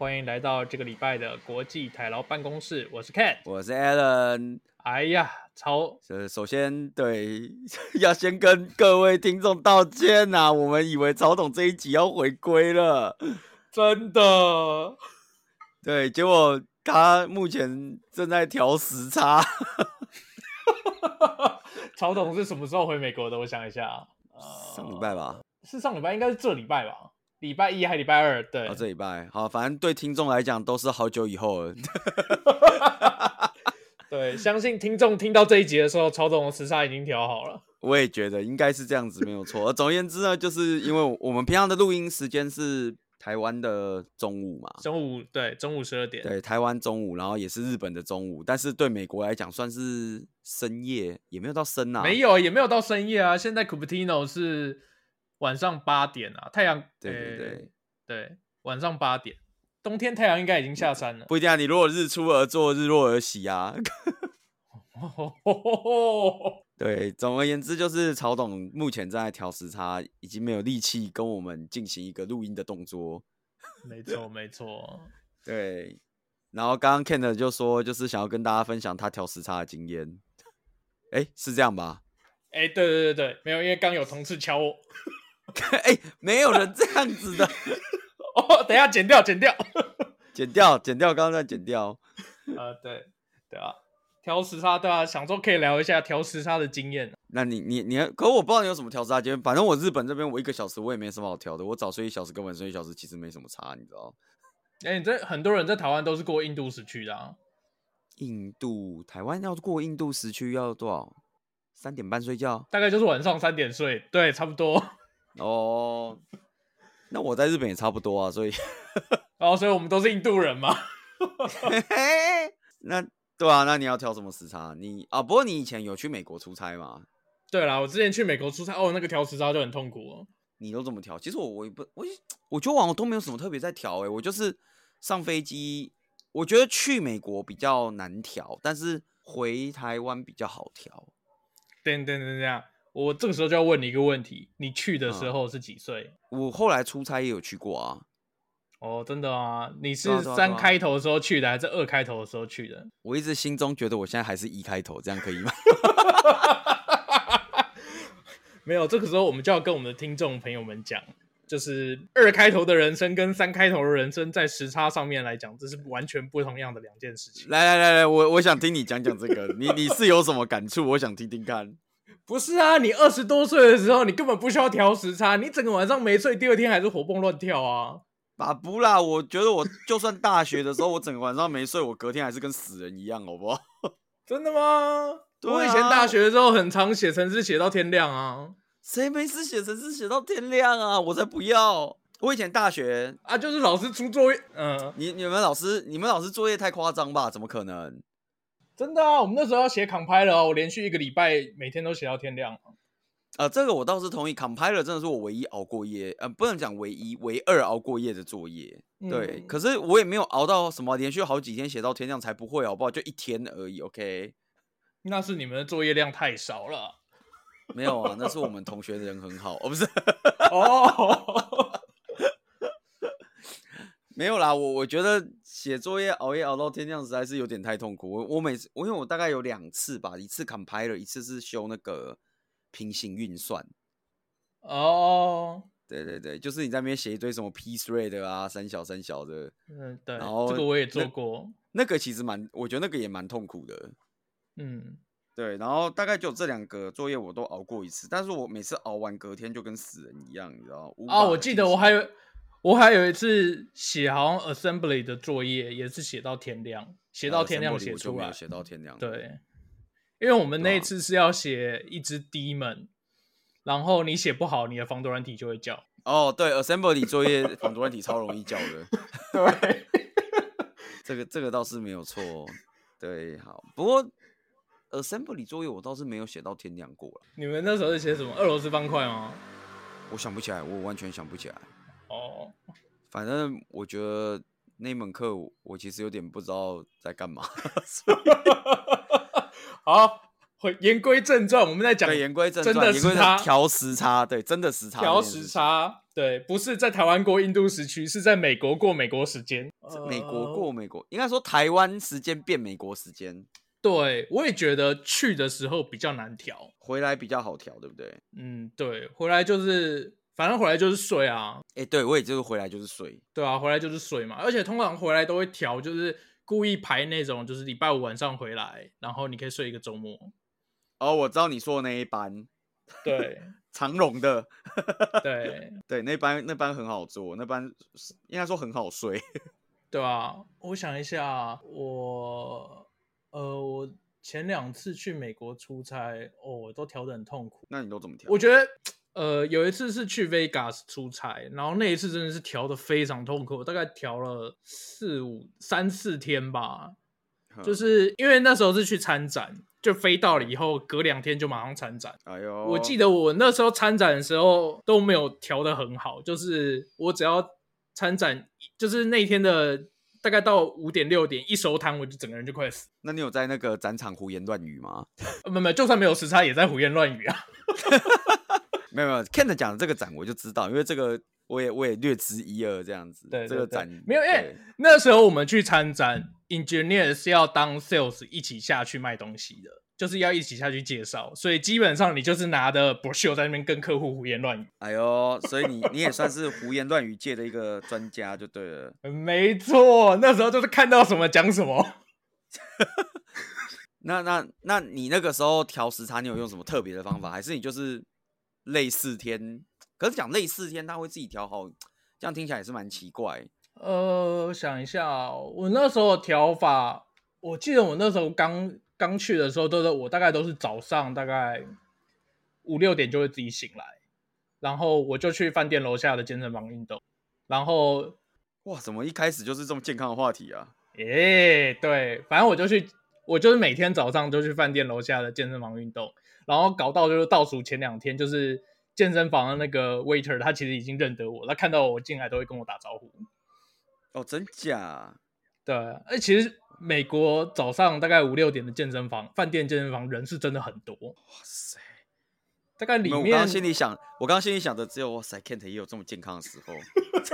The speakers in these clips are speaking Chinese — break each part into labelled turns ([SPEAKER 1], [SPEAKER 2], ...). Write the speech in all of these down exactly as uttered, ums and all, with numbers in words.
[SPEAKER 1] 欢迎来到这个礼拜的国际台劳办公室，我是 Ken，
[SPEAKER 2] 我是 Alan。
[SPEAKER 1] 哎呀，超
[SPEAKER 2] 首先对要先跟各位听众道歉呐、啊，我们以为曹董这一集要回归了，
[SPEAKER 1] 真的，
[SPEAKER 2] 对，结果他目前正在调时差。
[SPEAKER 1] 曹董是什么时候回美国的？我想一下，
[SPEAKER 2] 呃、上礼拜吧，
[SPEAKER 1] 是上礼拜，应该是这礼拜吧。礼拜一还礼拜二？对，
[SPEAKER 2] 哦，这礼拜好，反正对听众来讲都是好久以后了。
[SPEAKER 1] 对，相信听众听到这一集的时候，曹董的时差已经调好了。
[SPEAKER 2] 我也觉得应该是这样子，没有错。总而言之呢，就是因为我们平常的录音时间是台湾的中午嘛，
[SPEAKER 1] 中午对，中午十二点，
[SPEAKER 2] 对，台湾中午，然后也是日本的中午，但是对美国来讲算是深夜，也没有到深啊，
[SPEAKER 1] 没有，也没有到深夜啊。现在 Cupertino 是晚上八点啊，太阳
[SPEAKER 2] 对对对、
[SPEAKER 1] 欸、对，晚上八点，冬天太阳应该已经下山了。
[SPEAKER 2] 不一定啊，你如果日出而作，日落而息啊。对，总而言之就是曹董目前正在调时差，已经没有力气跟我们进行一个录音的动作。
[SPEAKER 1] 没错没错。
[SPEAKER 2] 对，然后刚刚 Ken 就说就是想要跟大家分享他调时差的经验。哎，是这样吧？
[SPEAKER 1] 哎，对对对对，没有，因为刚有同事敲我。
[SPEAKER 2] 哎，没有人这样子的。
[SPEAKER 1] 哦，等一下剪掉剪掉
[SPEAKER 2] 剪掉剪掉，刚刚在剪掉。
[SPEAKER 1] 呃，对对啊，调时差，对啊，想说可以聊一下调时差的经验。
[SPEAKER 2] 那你你你，可我不知道你有什么调时差经验。反正我日本这边我一个小时我也没什么好调的，我早睡一小时跟晚睡一小时其实没什么差，你知道？
[SPEAKER 1] 哎，你这很多人在台湾都是过印度时区的啊。
[SPEAKER 2] 印度台湾要过印度时区要多少？三点半睡觉？
[SPEAKER 1] 大概就是晚上三点睡，对，差不多。
[SPEAKER 2] 哦，那我在日本也差不多啊，所以
[SPEAKER 1] 哦，所以我们都是印度人嘛。
[SPEAKER 2] 那对啊，那你要调什么时差？你啊，不过你以前有去美国出差吗？
[SPEAKER 1] 对啦，我之前去美国出差，哦，那个调时差就很痛苦哦。
[SPEAKER 2] 你都怎么调？其实我我不我我觉得我都没有什么特别在调诶、欸，我就是上飞机，我觉得去美国比较难调，但是回台湾比较好调。
[SPEAKER 1] 等等等等，我这个时候就要问你一个问题：你去的时候是几岁？
[SPEAKER 2] 嗯、我后来出差也有去过啊。
[SPEAKER 1] 哦，真的啊？你是三开头的时候去的，还是二开头的时候去的？
[SPEAKER 2] 我一直心中觉得我现在还是一开头，这样可以吗？
[SPEAKER 1] 没有，这个时候我们就要跟我们的听众朋友们讲，就是二开头的人生跟三开头的人生在时差上面来讲，这是完全不同样的两件事情。
[SPEAKER 2] 来来来来，我我想听你讲讲这个，你你是有什么感触？我想听听看。
[SPEAKER 1] 不是啊，你二十多岁的时候，你根本不需要调时差，你整个晚上没睡，第二天还是活蹦乱跳啊。
[SPEAKER 2] 啊不啦，我觉得我就算大学的时候，我整个晚上没睡，我隔天还是跟死人一样，好不好？
[SPEAKER 1] 真的吗？
[SPEAKER 2] 对啊、
[SPEAKER 1] 我以前大学的时候很常写程式写到天亮啊。
[SPEAKER 2] 谁没事写程式写到天亮啊？我才不要！我以前大学
[SPEAKER 1] 啊，就是老师出作业，嗯、呃，
[SPEAKER 2] 你你们老师你们老师作业太夸张吧？怎么可能？
[SPEAKER 1] 真的啊，我们那时候要写 compiler 哦，我连续一个礼拜每天都写到天亮。
[SPEAKER 2] 呃，这个我倒是同意 ，compiler 真的是我唯一熬过夜，呃，不能讲唯一，唯二熬过夜的作业。对、嗯，可是我也没有熬到什么连续好几天写到天亮才不会，好不好？就一天而已 ，OK。
[SPEAKER 1] 那是你们的作业量太少了。
[SPEAKER 2] 没有啊，那是我们同学的人很好，哦，不是。
[SPEAKER 1] 哦，
[SPEAKER 2] 没有啦，我我觉得写作业熬夜熬到天亮实在是有点太痛苦。我我每次，因为我大概有两次吧，一次 compiler， 一次是修那个平行运算。
[SPEAKER 1] 哦，
[SPEAKER 2] 对对对，就是你在那边写一堆什么 P thread 啊，三小三小的。
[SPEAKER 1] 嗯，对，
[SPEAKER 2] 然后
[SPEAKER 1] 这个我也做过。
[SPEAKER 2] 那, 那个其实蛮，我觉得那个也蛮痛苦的。
[SPEAKER 1] 嗯，
[SPEAKER 2] 对，然后大概就这两个作业我都熬过一次，但是我每次熬完隔天就跟死人一样，你知道吗？
[SPEAKER 1] 啊，我记得我还有我还有一次写好像 assembly 的作业，也是写到天亮，写到天亮写出来，
[SPEAKER 2] 写到天亮。
[SPEAKER 1] 对，因为我们那一次是要写一只 daemon，然后你写不好，你的防毒软体就会叫。
[SPEAKER 2] 哦，对 ，assembly 作业防毒软体超容易叫的。
[SPEAKER 1] 对，
[SPEAKER 2] 这个这个倒是没有错。对，好，不过 assembly 作业我倒是没有写到天亮过了。
[SPEAKER 1] 你们那时候是写什么？俄罗斯方块吗？
[SPEAKER 2] 我想不起来，我完全想不起来。
[SPEAKER 1] 哦，
[SPEAKER 2] 反正我觉得那门课我其实有点不知道在干嘛。
[SPEAKER 1] 好，言归正传，我们在讲
[SPEAKER 2] 言归正传，
[SPEAKER 1] 真的时差，
[SPEAKER 2] 调时差，对，真的时差，
[SPEAKER 1] 调时差。 对，不是在台湾过印度时区，是在美国过美国时间。
[SPEAKER 2] 美国过美国，应该说台湾时间变美国时间。
[SPEAKER 1] 对，我也觉得去的时候比较难调，
[SPEAKER 2] 回来比较好调，对不对？
[SPEAKER 1] 嗯，对，回来就是反正回来就是睡啊。
[SPEAKER 2] 哎、欸，对我也就是回来就是睡。
[SPEAKER 1] 对啊，回来就是睡嘛，而且通常回来都会调，就是故意排那种，就是礼拜五晚上回来，然后你可以睡一个周末。
[SPEAKER 2] 哦，我知道你说的那一班，
[SPEAKER 1] 对，
[SPEAKER 2] 长荣的，
[SPEAKER 1] 对
[SPEAKER 2] 对，那班那班很好做，那班应该说很好睡。
[SPEAKER 1] 对啊，我想一下，我呃，我前两次去美国出差，哦，我都调得很痛苦。
[SPEAKER 2] 那你都怎么调？
[SPEAKER 1] 我觉得，呃，有一次是去 Vegas 出差，然后那一次真的是调得非常痛苦，我大概调了四五三四天吧。就是因为那时候是去参展，就飞到了以后，隔两天就马上参展。
[SPEAKER 2] 哎呦，
[SPEAKER 1] 我记得我那时候参展的时候都没有调得很好，就是我只要参展，就是那天的大概到五点六点一收摊，我就整个人就快死。
[SPEAKER 2] 那你有在那个展场胡言乱语吗？
[SPEAKER 1] 没没，就算没有时差，也在胡言乱语啊。
[SPEAKER 2] 没有没有 ，Ken 讲的这个展我就知道，因为这个我也我也略知一二这样子。
[SPEAKER 1] 对，
[SPEAKER 2] 这个展
[SPEAKER 1] 没有，因为那时候我们去参展 ，engineer 是要当 sales 一起下去卖东西的，就是要一起下去介绍，所以基本上你就是拿的 brochure 在那边跟客户胡言乱语。
[SPEAKER 2] 哎呦，所以你你也算是胡言乱语界的一个专家就对了。
[SPEAKER 1] 没错，那时候就是看到什么讲什么。
[SPEAKER 2] 那那那你那个时候调时差，你有用什么特别的方法，还是你就是累四天？可是讲累四天，他会自己调好，这样听起来也是蛮奇怪。
[SPEAKER 1] 呃，想一下、哦，我那时候调法，我记得我那时候刚刚去的时候，都是我大概都是早上大概五六点就会自己醒来，然后我就去饭店楼下的健身房运动，然后
[SPEAKER 2] 哇，怎么一开始就是这么健康的话题啊？
[SPEAKER 1] 耶，对，反正我就去，我就是每天早上就去饭店楼下的健身房运动，然后搞到就是倒数前两天，就是健身房的那个 waiter 他其实已经认得我，他看到我进来都会跟我打招呼。
[SPEAKER 2] 哦，真假？
[SPEAKER 1] 对，而其实美国早上大概五六点的健身房，饭店健身房人是真的很多。哇
[SPEAKER 2] 塞！
[SPEAKER 1] 大概里面，
[SPEAKER 2] 我刚刚心里想，我刚刚心里想的只有哇塞 ，Kent 也有这么健康的时候，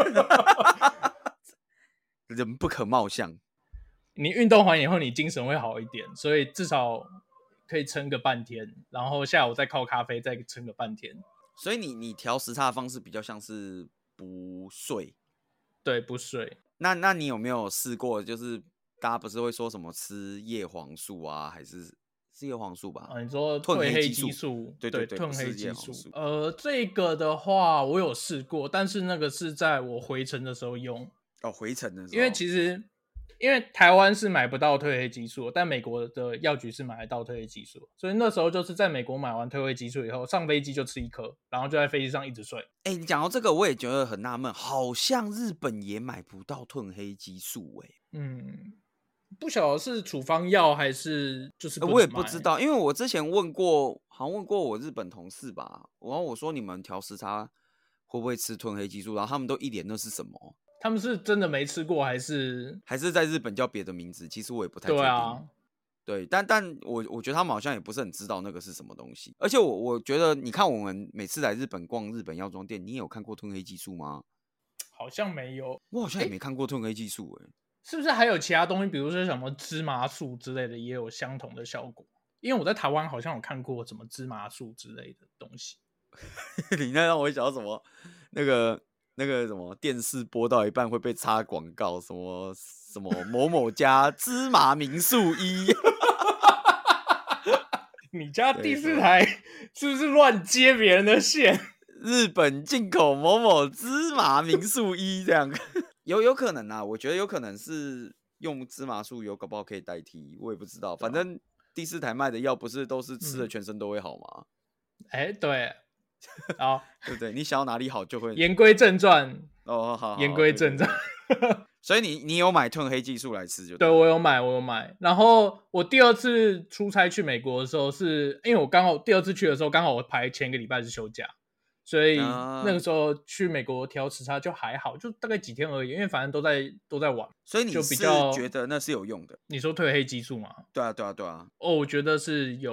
[SPEAKER 2] 人不可貌相。
[SPEAKER 1] 你运动完以后，你精神会好一点，所以至少可以撑个半天，然后下午再靠咖啡再撑个半天。
[SPEAKER 2] 所以你你调时差的方式比较像是不睡，
[SPEAKER 1] 对，不睡。
[SPEAKER 2] 那那你有没有试过？就是大家不是会说什么吃叶黄素啊，还是是叶黄素吧？
[SPEAKER 1] 啊，你说
[SPEAKER 2] 褪
[SPEAKER 1] 黑
[SPEAKER 2] 激素？
[SPEAKER 1] 素，
[SPEAKER 2] 对对对，
[SPEAKER 1] 褪黑激
[SPEAKER 2] 素。
[SPEAKER 1] 呃，这个的话我有试过，但是那个是在我回程的时候用。
[SPEAKER 2] 哦，回程的时候，
[SPEAKER 1] 因为其实因为台湾是买不到褪黑激素，但美国的药局是买得到褪黑激素，所以那时候就是在美国买完褪黑激素以后，上飞机就吃一颗，然后就在飞机上一直睡。
[SPEAKER 2] 哎、欸，你讲到这个，我也觉得很纳闷，好像日本也买不到褪黑激素、欸，哎，
[SPEAKER 1] 嗯，不晓得是处方药还是就是、
[SPEAKER 2] 呃、我也不知道，因为我之前问过，好像问过我日本同事吧，然后我说你们调时差会不会吃褪黑激素，然后他们都一脸那是什么？
[SPEAKER 1] 他们是真的没吃过，还是
[SPEAKER 2] 还是在日本叫别的名字？其实我也不太确定。
[SPEAKER 1] 对啊，
[SPEAKER 2] 对，但但我我觉得他们好像也不是很知道那个是什么东西。而且我我觉得，你看我们每次来日本逛日本药妆店，你有看过褪黑激素吗？
[SPEAKER 1] 好像没有，
[SPEAKER 2] 我好像也没看过褪黑激素、欸，哎，
[SPEAKER 1] 是不是还有其他东西，比如说什么芝麻素之类的，也有相同的效果？因为我在台湾好像有看过什么芝麻素之类的东西。
[SPEAKER 2] 你那让我想到什么？那个。那个什么电视播到一半会被插广告，什么什么某某家芝麻民宿一，
[SPEAKER 1] 你家第四台是不是乱接别人的线？
[SPEAKER 2] 日本进口某某芝麻民宿一这样，有有可能啊，我觉得有可能是用芝麻素油，搞不好可以代替，我也不知道。反正第四台卖的药不是都是吃了全身都会好吗？
[SPEAKER 1] 哎、嗯欸，对。好，
[SPEAKER 2] 对不对？你想要哪里好就会。
[SPEAKER 1] 言归正传
[SPEAKER 2] 哦，好，
[SPEAKER 1] 言归正传。
[SPEAKER 2] 所以你你有买褪黑激素来吃就对？
[SPEAKER 1] 对，我有买，我有买。然后我第二次出差去美国的时候是，是因为我刚好第二次去的时候，刚好我排前一个礼拜是休假，所以那个时候去美国调时差就还好，就大概几天而已，因为反正都在都在玩。
[SPEAKER 2] 所以你是觉得那是有用的？
[SPEAKER 1] 你说褪黑激素吗？
[SPEAKER 2] 对啊，对啊，对啊。
[SPEAKER 1] 哦，我觉得是有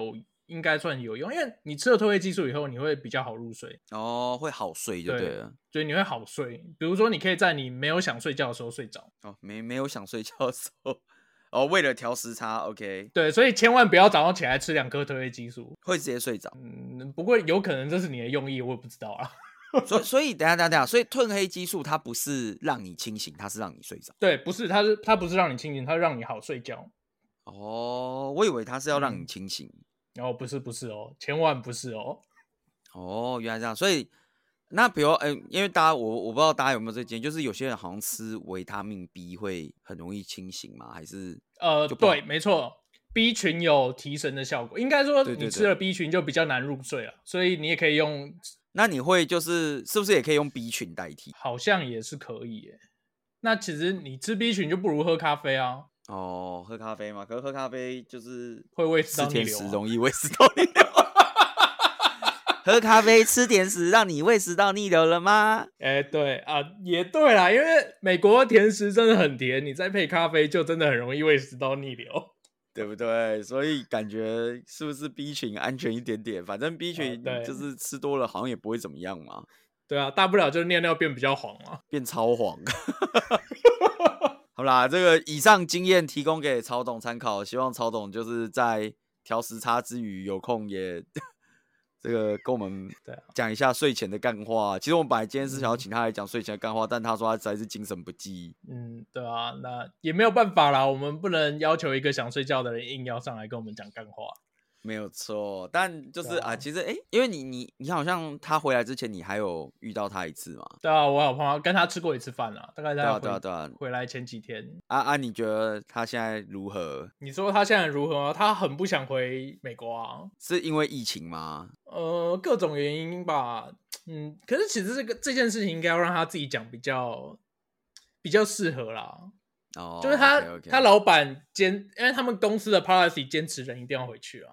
[SPEAKER 1] 应该算有用，因为你吃了褪黑激素以后，你会比较好入睡。
[SPEAKER 2] 哦，会好睡就对了。
[SPEAKER 1] 所以你会好睡。比如说，你可以在你没有想睡觉的时候睡着。
[SPEAKER 2] 哦，没没有想睡觉的时候，哦，为了调时差 ，OK。
[SPEAKER 1] 对，所以千万不要早上起来吃两颗褪黑激素，
[SPEAKER 2] 会直接睡着。
[SPEAKER 1] 嗯，不过有可能这是你的用意，我也不知道啊。
[SPEAKER 2] 所以，所以等一下等一下等一下，所以褪黑激素它不是让你清醒，它是让你睡着。
[SPEAKER 1] 对，不是，它是它不是让你清醒，它是让你好睡觉。
[SPEAKER 2] 哦，我以为它是要让你清醒。
[SPEAKER 1] 然后、嗯哦、不是不是哦，千万不是哦。
[SPEAKER 2] 哦，原来这样。所以那比如，哎、欸，因为大家我我不知道大家有没有这经验，就是有些人好像吃维他命 B 会很容易清醒吗？还是
[SPEAKER 1] 呃，对，没错。B 群有提神的效果，应该说你吃了 B 群就比较难入睡了，所以你也可以用。
[SPEAKER 2] 那你会就是是不是也可以用 B 群代替？
[SPEAKER 1] 好像也是可以耶。那其实你吃 B 群就不如喝咖啡啊。
[SPEAKER 2] 哦，喝咖啡嘛，可是喝咖啡就是
[SPEAKER 1] 会胃食道逆流、啊，
[SPEAKER 2] 吃甜食容易胃食道逆流。喝咖啡吃甜食让你胃食道逆流了吗？
[SPEAKER 1] 哎、欸，对啊，也对啦，因为美国甜食真的很甜，你再配咖啡就真的很容易胃食道逆流。
[SPEAKER 2] 对不对？所以感觉是不是 B 群安全一点点？反正 B 群就是吃多了好像也不会怎么样嘛。
[SPEAKER 1] 对啊，大不了就是尿尿变比较黄嘛，
[SPEAKER 2] 变超黄。好啦，这个以上经验提供给曹董参考，希望曹董就是在调时差之余有空也这个跟我们讲一下睡前的干话。其实我们本来今天是想要请他来讲睡前的干话，嗯、但他说他实在是精神不济。
[SPEAKER 1] 嗯，对啊，那也没有办法啦，我们不能要求一个想睡觉的人硬要上来跟我们讲干话。
[SPEAKER 2] 没有错，但就是啊，啊，其实哎，因为你你你好像他回来之前，你还有遇到他一次嘛？
[SPEAKER 1] 对啊，我有朋友跟他吃过一次饭啦，大概在回
[SPEAKER 2] 对啊对啊
[SPEAKER 1] 回来前几天。
[SPEAKER 2] 啊啊，你觉得他现在如何？
[SPEAKER 1] 你说他现在如何吗？他很不想回美国啊，
[SPEAKER 2] 是因为疫情吗？
[SPEAKER 1] 呃，各种原因吧。嗯，可是其实这个这件事情应该要让他自己讲比较比较适合啦。
[SPEAKER 2] 哦，
[SPEAKER 1] 就是他
[SPEAKER 2] okay, okay.
[SPEAKER 1] 他老板坚，因为他们公司的 policy 坚持人一定要回去啊。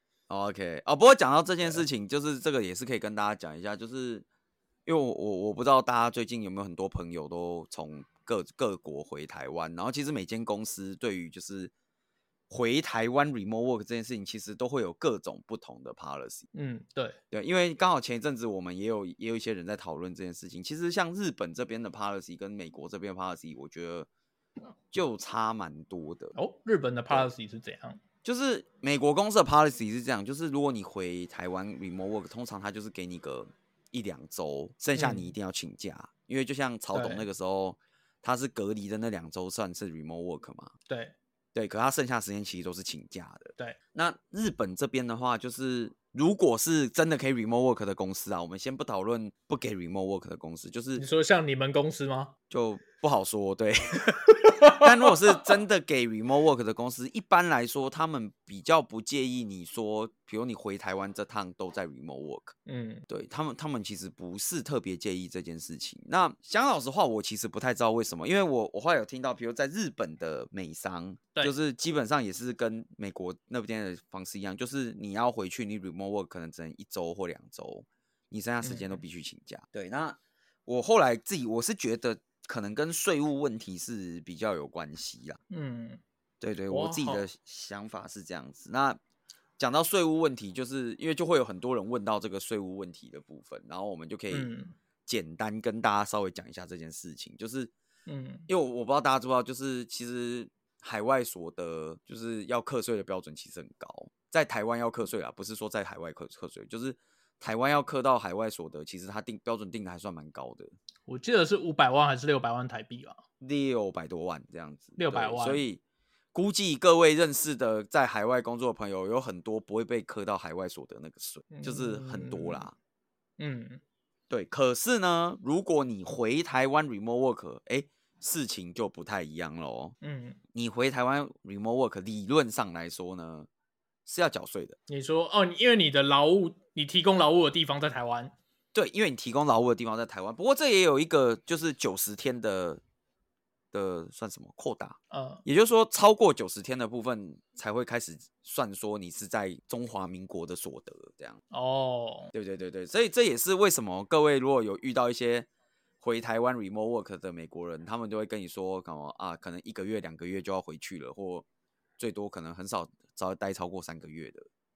[SPEAKER 2] OK， 哦，不过讲到这件事情，就是这个也是可以跟大家讲一下，就是因为我我我不知道大家最近有没有很多朋友都从各各国回台湾，然后其实每间公司对于就是回台湾 remote work 这件事情，其实都会有各种不同的 policy。
[SPEAKER 1] 嗯，对
[SPEAKER 2] 对，因为刚好前一阵子我们也有也有一些人在讨论这件事情，其实像日本这边的 policy 跟美国这边的 policy， 我觉得就差蛮多的。
[SPEAKER 1] 哦，日本的 policy 是怎样？
[SPEAKER 2] 就是美国公司的 policy 是这样，就是如果你回台湾 remote work， 通常他就是给你个一两周，剩下你一定要请假，嗯、因为就像曹董那个时候，他是隔离的那两周算是 remote work 嘛，
[SPEAKER 1] 对
[SPEAKER 2] 对，可他剩下时间其实都是请假的。
[SPEAKER 1] 对，
[SPEAKER 2] 那日本这边的话，就是如果是真的可以 remote work 的公司啊，我们先不讨论不给 remote work 的公司，就是
[SPEAKER 1] 你说像你们公司吗？
[SPEAKER 2] 就不好说，对。但如果是真的给 remote work 的公司，一般来说他们比较不介意你说，比如你回台湾这趟都在 remote work， 嗯，对他们，他们其实不是特别介意这件事情。那讲老实话，我其实不太知道为什么，因为我我后来有听到，比如在日本的美商，就是基本上也是跟美国那边的方式一样，就是你要回去，你 remote work 可能只能一周或两周，你剩下时间都必须请假。嗯、对，那我后来自己我是觉得。可能跟税务问题是比较有关系啦。嗯，对对，我自己的想法是这样子。那讲到税务问题，就是因为就会有很多人问到这个税务问题的部分，然后我们就可以简单跟大家稍微讲一下这件事情。就是，嗯，因为我我不知道大家知不知道，就是其实海外所得就是要课税的标准其实很高，在台湾要课税啦，不是说在海外课课税，就是台湾要课到海外所得，其实它定标准定的还算蛮高的。
[SPEAKER 1] 我记得是五百万还是六百万台币吧？
[SPEAKER 2] 六百多万这样子，
[SPEAKER 1] 六百万。
[SPEAKER 2] 所以估计各位认识的在海外工作的朋友，有很多不会被课到海外所得那个税，嗯、就是很多啦。嗯，对。可是呢，如果你回台湾 remote work， 哎，事情就不太一样喽。嗯，你回台湾 remote work， 理论上来说呢，是要缴税的。
[SPEAKER 1] 你说哦，因为你的劳务，你提供劳务的地方在台湾。
[SPEAKER 2] 对，因为你提供劳务的地方在台湾，不过这也有一个就是九十天的的算什么扩大，呃，也就是说超过九十天的部分才会开始算说你是在中华民国的所得这样。哦，对对对对，所以这也是为什么各位如果有遇到一些回台湾 remote work 的美国人，他们就会跟你说，啊，可能一个月两个月就要回去了，或最多可能很少只要待超过三个月的。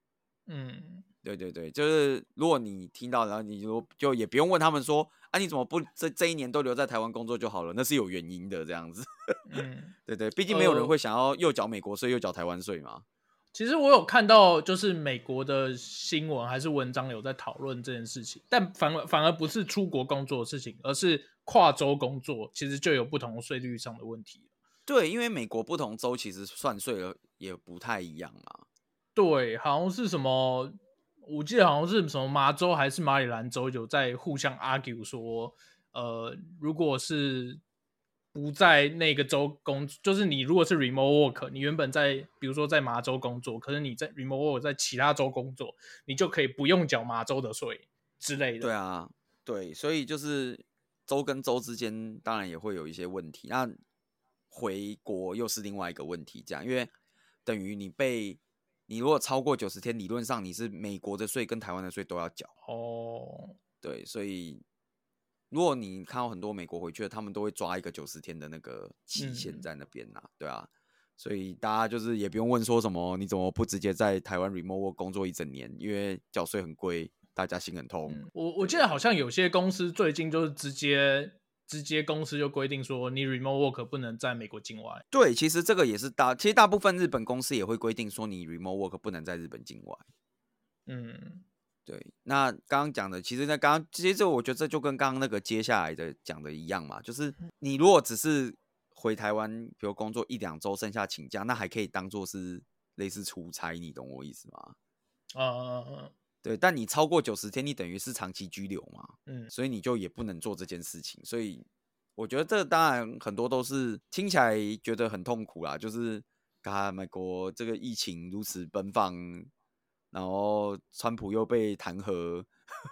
[SPEAKER 1] 嗯，
[SPEAKER 2] 对对对，就是如果你听到，然后你就就也不用问他们说啊，你怎么不这这一年都留在台湾工作就好了？那是有原因的，这样子。
[SPEAKER 1] 嗯，
[SPEAKER 2] 对对，毕竟没有人
[SPEAKER 1] 呃
[SPEAKER 2] 会想要又缴美国税又缴台湾税嘛。
[SPEAKER 1] 其实我有看到，就是美国的新闻还是文章有在讨论这件事情，但反而反而不是出国工作的事情，而是跨州工作，其实就有不同税率上的问题。
[SPEAKER 2] 对，因为美国不同州其实算税了也不太一样嘛。
[SPEAKER 1] 对，好像是什么，我记得好像是什么麻州还是马里兰州有在互相 argue 说，呃，如果是不在那个州工作，就是你如果是 remote work， 你原本在比如说在麻州工作，可是你在 remote work 在其他州工作，你就可以不用缴麻州的税之类的。
[SPEAKER 2] 对啊，对，所以就是州跟州之间当然也会有一些问题。那回国又是另外一个问题，这样，因为等于你被你如果超过九十天，理论上你是美国的税跟台湾的税都要缴。
[SPEAKER 1] 哦，
[SPEAKER 2] 对，所以如果你看到很多美国回去的，他们都会抓一个九十天的那个期限在那边呐、啊嗯，对啊，所以大家就是也不用问说什么你怎么不直接在台湾 remote 工作一整年，因为缴税很贵，大家心很痛。
[SPEAKER 1] 嗯、我我记得好像有些公司最近就是直接直接公司就规定说你 remote work 不能在美国境外。
[SPEAKER 2] 对，其实这个也是大，其实大部分日本公司也会规定说你 remote work 不能在日本境外。
[SPEAKER 1] 嗯。
[SPEAKER 2] 对，那刚刚讲的，其实那刚刚其实我觉得这就跟刚刚那个接下来的讲的一样嘛，就是你如果只是回台湾，比如工作一两周，剩下请假，那还可以当做是类似出差，你懂我意思吗？
[SPEAKER 1] 啊啊啊！
[SPEAKER 2] 对，但你超过九十天，你等于是长期居留嘛，
[SPEAKER 1] 嗯，
[SPEAKER 2] 所以你就也不能做这件事情。所以我觉得这当然很多都是听起来觉得很痛苦啦，就是啊，美国这个疫情如此奔放。然后川普又被弹劾，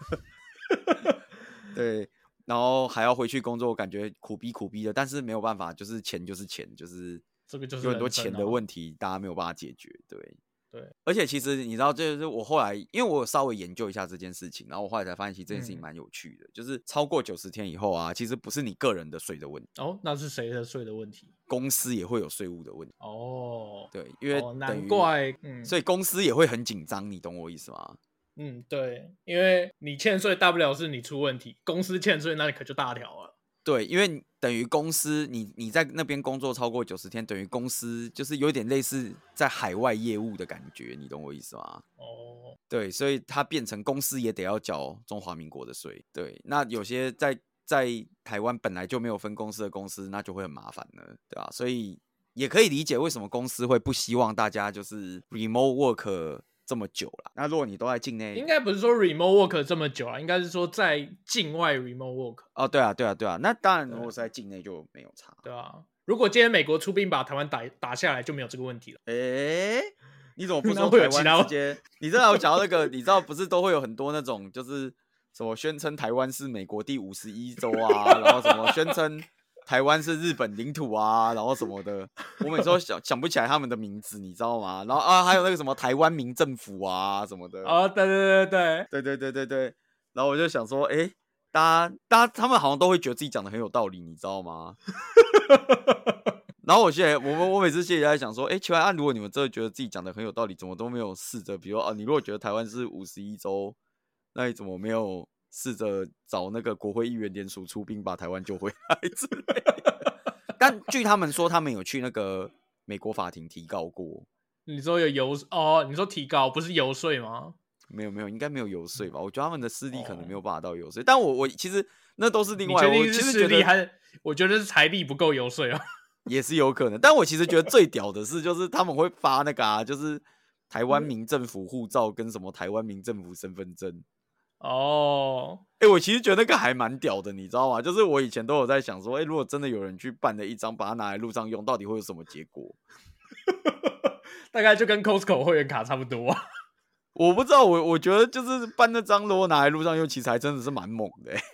[SPEAKER 2] 对，然后还要回去工作，感觉苦逼苦逼的，但是没有办法，就是钱就是钱，就是
[SPEAKER 1] 这个就是
[SPEAKER 2] 有很多钱的问题，大家没有办法解决，对
[SPEAKER 1] 对。
[SPEAKER 2] 而且其实你知道，就是我后来，因为我有稍微研究一下这件事情，然后我后来才发现，其实这件事情蛮有趣的，嗯、就是超过九十天以后啊，其实不是你个人的税的问题，
[SPEAKER 1] 哦，那是谁的税的问题？
[SPEAKER 2] 公司也会有税务的问题。
[SPEAKER 1] 哦，
[SPEAKER 2] 对，因为、
[SPEAKER 1] 哦、难怪，嗯，
[SPEAKER 2] 所以公司也会很紧张，你懂我意思吗？
[SPEAKER 1] 嗯，对，因为你欠税大不了是你出问题，公司欠税那可就大条了。
[SPEAKER 2] 对，因为等于公司你你在那边工作超过九十天，等于公司就是有点类似在海外业务的感觉，你懂我意思吗？
[SPEAKER 1] 哦，对，
[SPEAKER 2] 所以它变成公司也得要缴中华民国的税。对，那有些在在台湾本来就没有分公司的公司，那就会很麻烦了，对吧？所以也可以理解为什么公司会不希望大家就是 remote work。这么久了，那如果你都在境内，
[SPEAKER 1] 应该不是说 remote work 这么久啊，应该是说在境外 remote work。
[SPEAKER 2] 哦，对啊，对啊，对啊，那当然，如果是在境内就没有差，
[SPEAKER 1] 对啊。如果今天美国出兵把台湾打打下来，就没有这个问题了。
[SPEAKER 2] 哎、欸，你怎么不说台湾直接？你知道我讲到那个，你知道不是都会有很多那种，就是什么宣称台湾是美国第五十一州啊，然后什么宣称台湾是日本领土啊，然后什么的，我每次都想想不起来他们的名字，你知道吗？然后啊，还有那个什么台湾民政府啊什么的。
[SPEAKER 1] 哦，对对对对
[SPEAKER 2] 对对对对对。然后我就想说，哎、欸，大家大家他们好像都会觉得自己讲的很有道理，你知道吗？然后我现在我我每次现在在想说，哎、欸，奇怪啊，如果你们真的觉得自己讲的很有道理，怎么都没有试着，比如啊，你如果觉得台湾是五十一州，那你怎么没有试着找那个国会议员联署出兵把台湾救回来之类的？但据他们说，他们有去那个美国法庭提告过。
[SPEAKER 1] 你说有游哦？你说提告不是游说吗？
[SPEAKER 2] 没有没有，应该没有游说吧？我觉得他们的势力可能没有办法到游说，哦、但我我其实那都是另外。
[SPEAKER 1] 你确定是势力还？我觉得是财力不够游说啊，
[SPEAKER 2] 也是有可能。但我其实觉得最屌的是，就是他们会发那个啊，就是台湾民政府护照跟什么台湾民政府身份证。
[SPEAKER 1] 哦，
[SPEAKER 2] 哎、欸，我其实觉得那个还蛮屌的，你知道吗？就是我以前都有在想说，哎、欸，如果真的有人去办了一张，把它拿来路上用，到底会有什么结果？
[SPEAKER 1] 大概就跟 Costco 会员卡差不多。
[SPEAKER 2] 我不知道，我我觉得就是办那张，如果拿来路上用，其实还真的是蛮猛的、欸。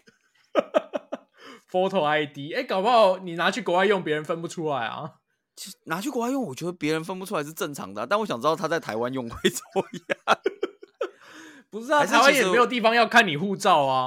[SPEAKER 1] Photo I D， 哎、欸，搞不好你拿去国外用，别人分不出来啊。
[SPEAKER 2] 其实拿去国外用，我觉得别人分不出来是正常的、啊，但我想知道他在台湾用会怎么样。
[SPEAKER 1] 不是啊，台湾也没有地方要看你护照啊。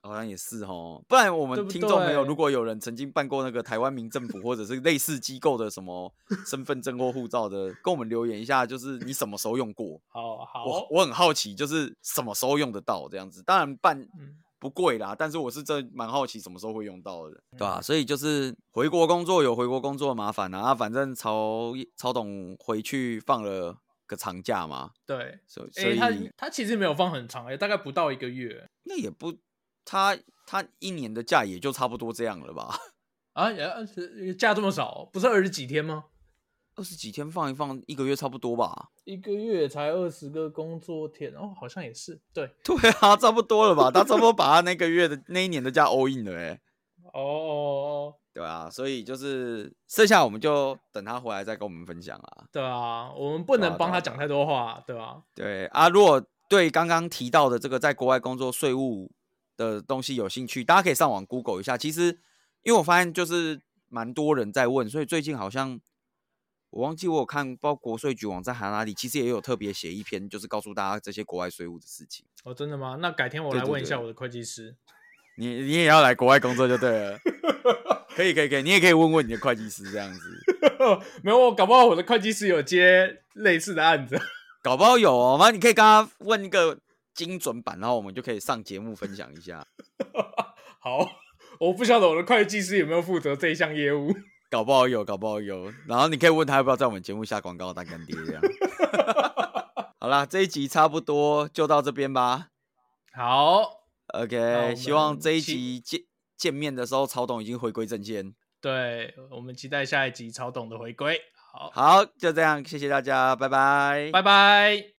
[SPEAKER 2] 好像也是哦，不然我们
[SPEAKER 1] 对不
[SPEAKER 2] 听众朋友，
[SPEAKER 1] 对
[SPEAKER 2] 如果有人曾经办过那个台湾民政府或者是类似机构的什么身份证或护照的，跟我们留言一下，就是你什么时候用过？
[SPEAKER 1] 好好，
[SPEAKER 2] 我我很好奇，就是什么时候用得到这样子。当然办
[SPEAKER 1] 嗯
[SPEAKER 2] 不贵啦，但是我是真的蛮好奇什么时候会用到的，对吧、啊？所以就是回国工作有回国工作的麻烦啊，反正曹曹董回去放了个长假嘛，
[SPEAKER 1] 对，
[SPEAKER 2] 所
[SPEAKER 1] 哎、欸，他
[SPEAKER 2] 以
[SPEAKER 1] 他其实没有放很长、欸，大概不到一个月。
[SPEAKER 2] 那也不，他他一年的假也就差不多这样了吧？
[SPEAKER 1] 啊，也假这么少，不是二十几天吗？
[SPEAKER 2] 二十几天放一放，一个月差不多吧？
[SPEAKER 1] 一个月才二十个工作天哦，好像也是，对，
[SPEAKER 2] 对啊，差不多了吧？他差不多把他那个月的那一年的假 all in 了、欸，哎，
[SPEAKER 1] 哦哦，
[SPEAKER 2] 对啊，所以就是剩下我们就等他回来再跟我们分享啦。
[SPEAKER 1] 对啊，我们不能帮他讲太多话，对吧、啊？
[SPEAKER 2] 对啊，如果对刚刚提到的这个在国外工作税务的东西有兴趣，大家可以上网 Google 一下。其实，因为我发现就是蛮多人在问，所以最近好像我忘记我有看，包括国税局网站还哪里，其实也有特别写一篇，就是告诉大家这些国外税务的事情。
[SPEAKER 1] 哦，真的吗？那改天我来问一下我的会计师。对对对
[SPEAKER 2] 你你也要来国外工作就对了。可以可以可以，你也可以问问你的会计师这样子。
[SPEAKER 1] 没有，我搞不好我的会计师有接类似的案子，
[SPEAKER 2] 搞不好有哦。反正你可以跟他问一个精准版，然后我们就可以上节目分享一下。
[SPEAKER 1] 好，我不晓得我的会计师有没有负责这一项业务，
[SPEAKER 2] 搞不好有，搞不好有。然后你可以问他要不要在我们节目下广告当干爹这样。好啦，这一集差不多就到这边吧。
[SPEAKER 1] 好
[SPEAKER 2] ，OK， 希望这一集见见面的时候，曹董已经回归正线。
[SPEAKER 1] 对，我们期待下一集曹董的回归。好，
[SPEAKER 2] 好，就这样，谢谢大家，拜拜，
[SPEAKER 1] 拜拜。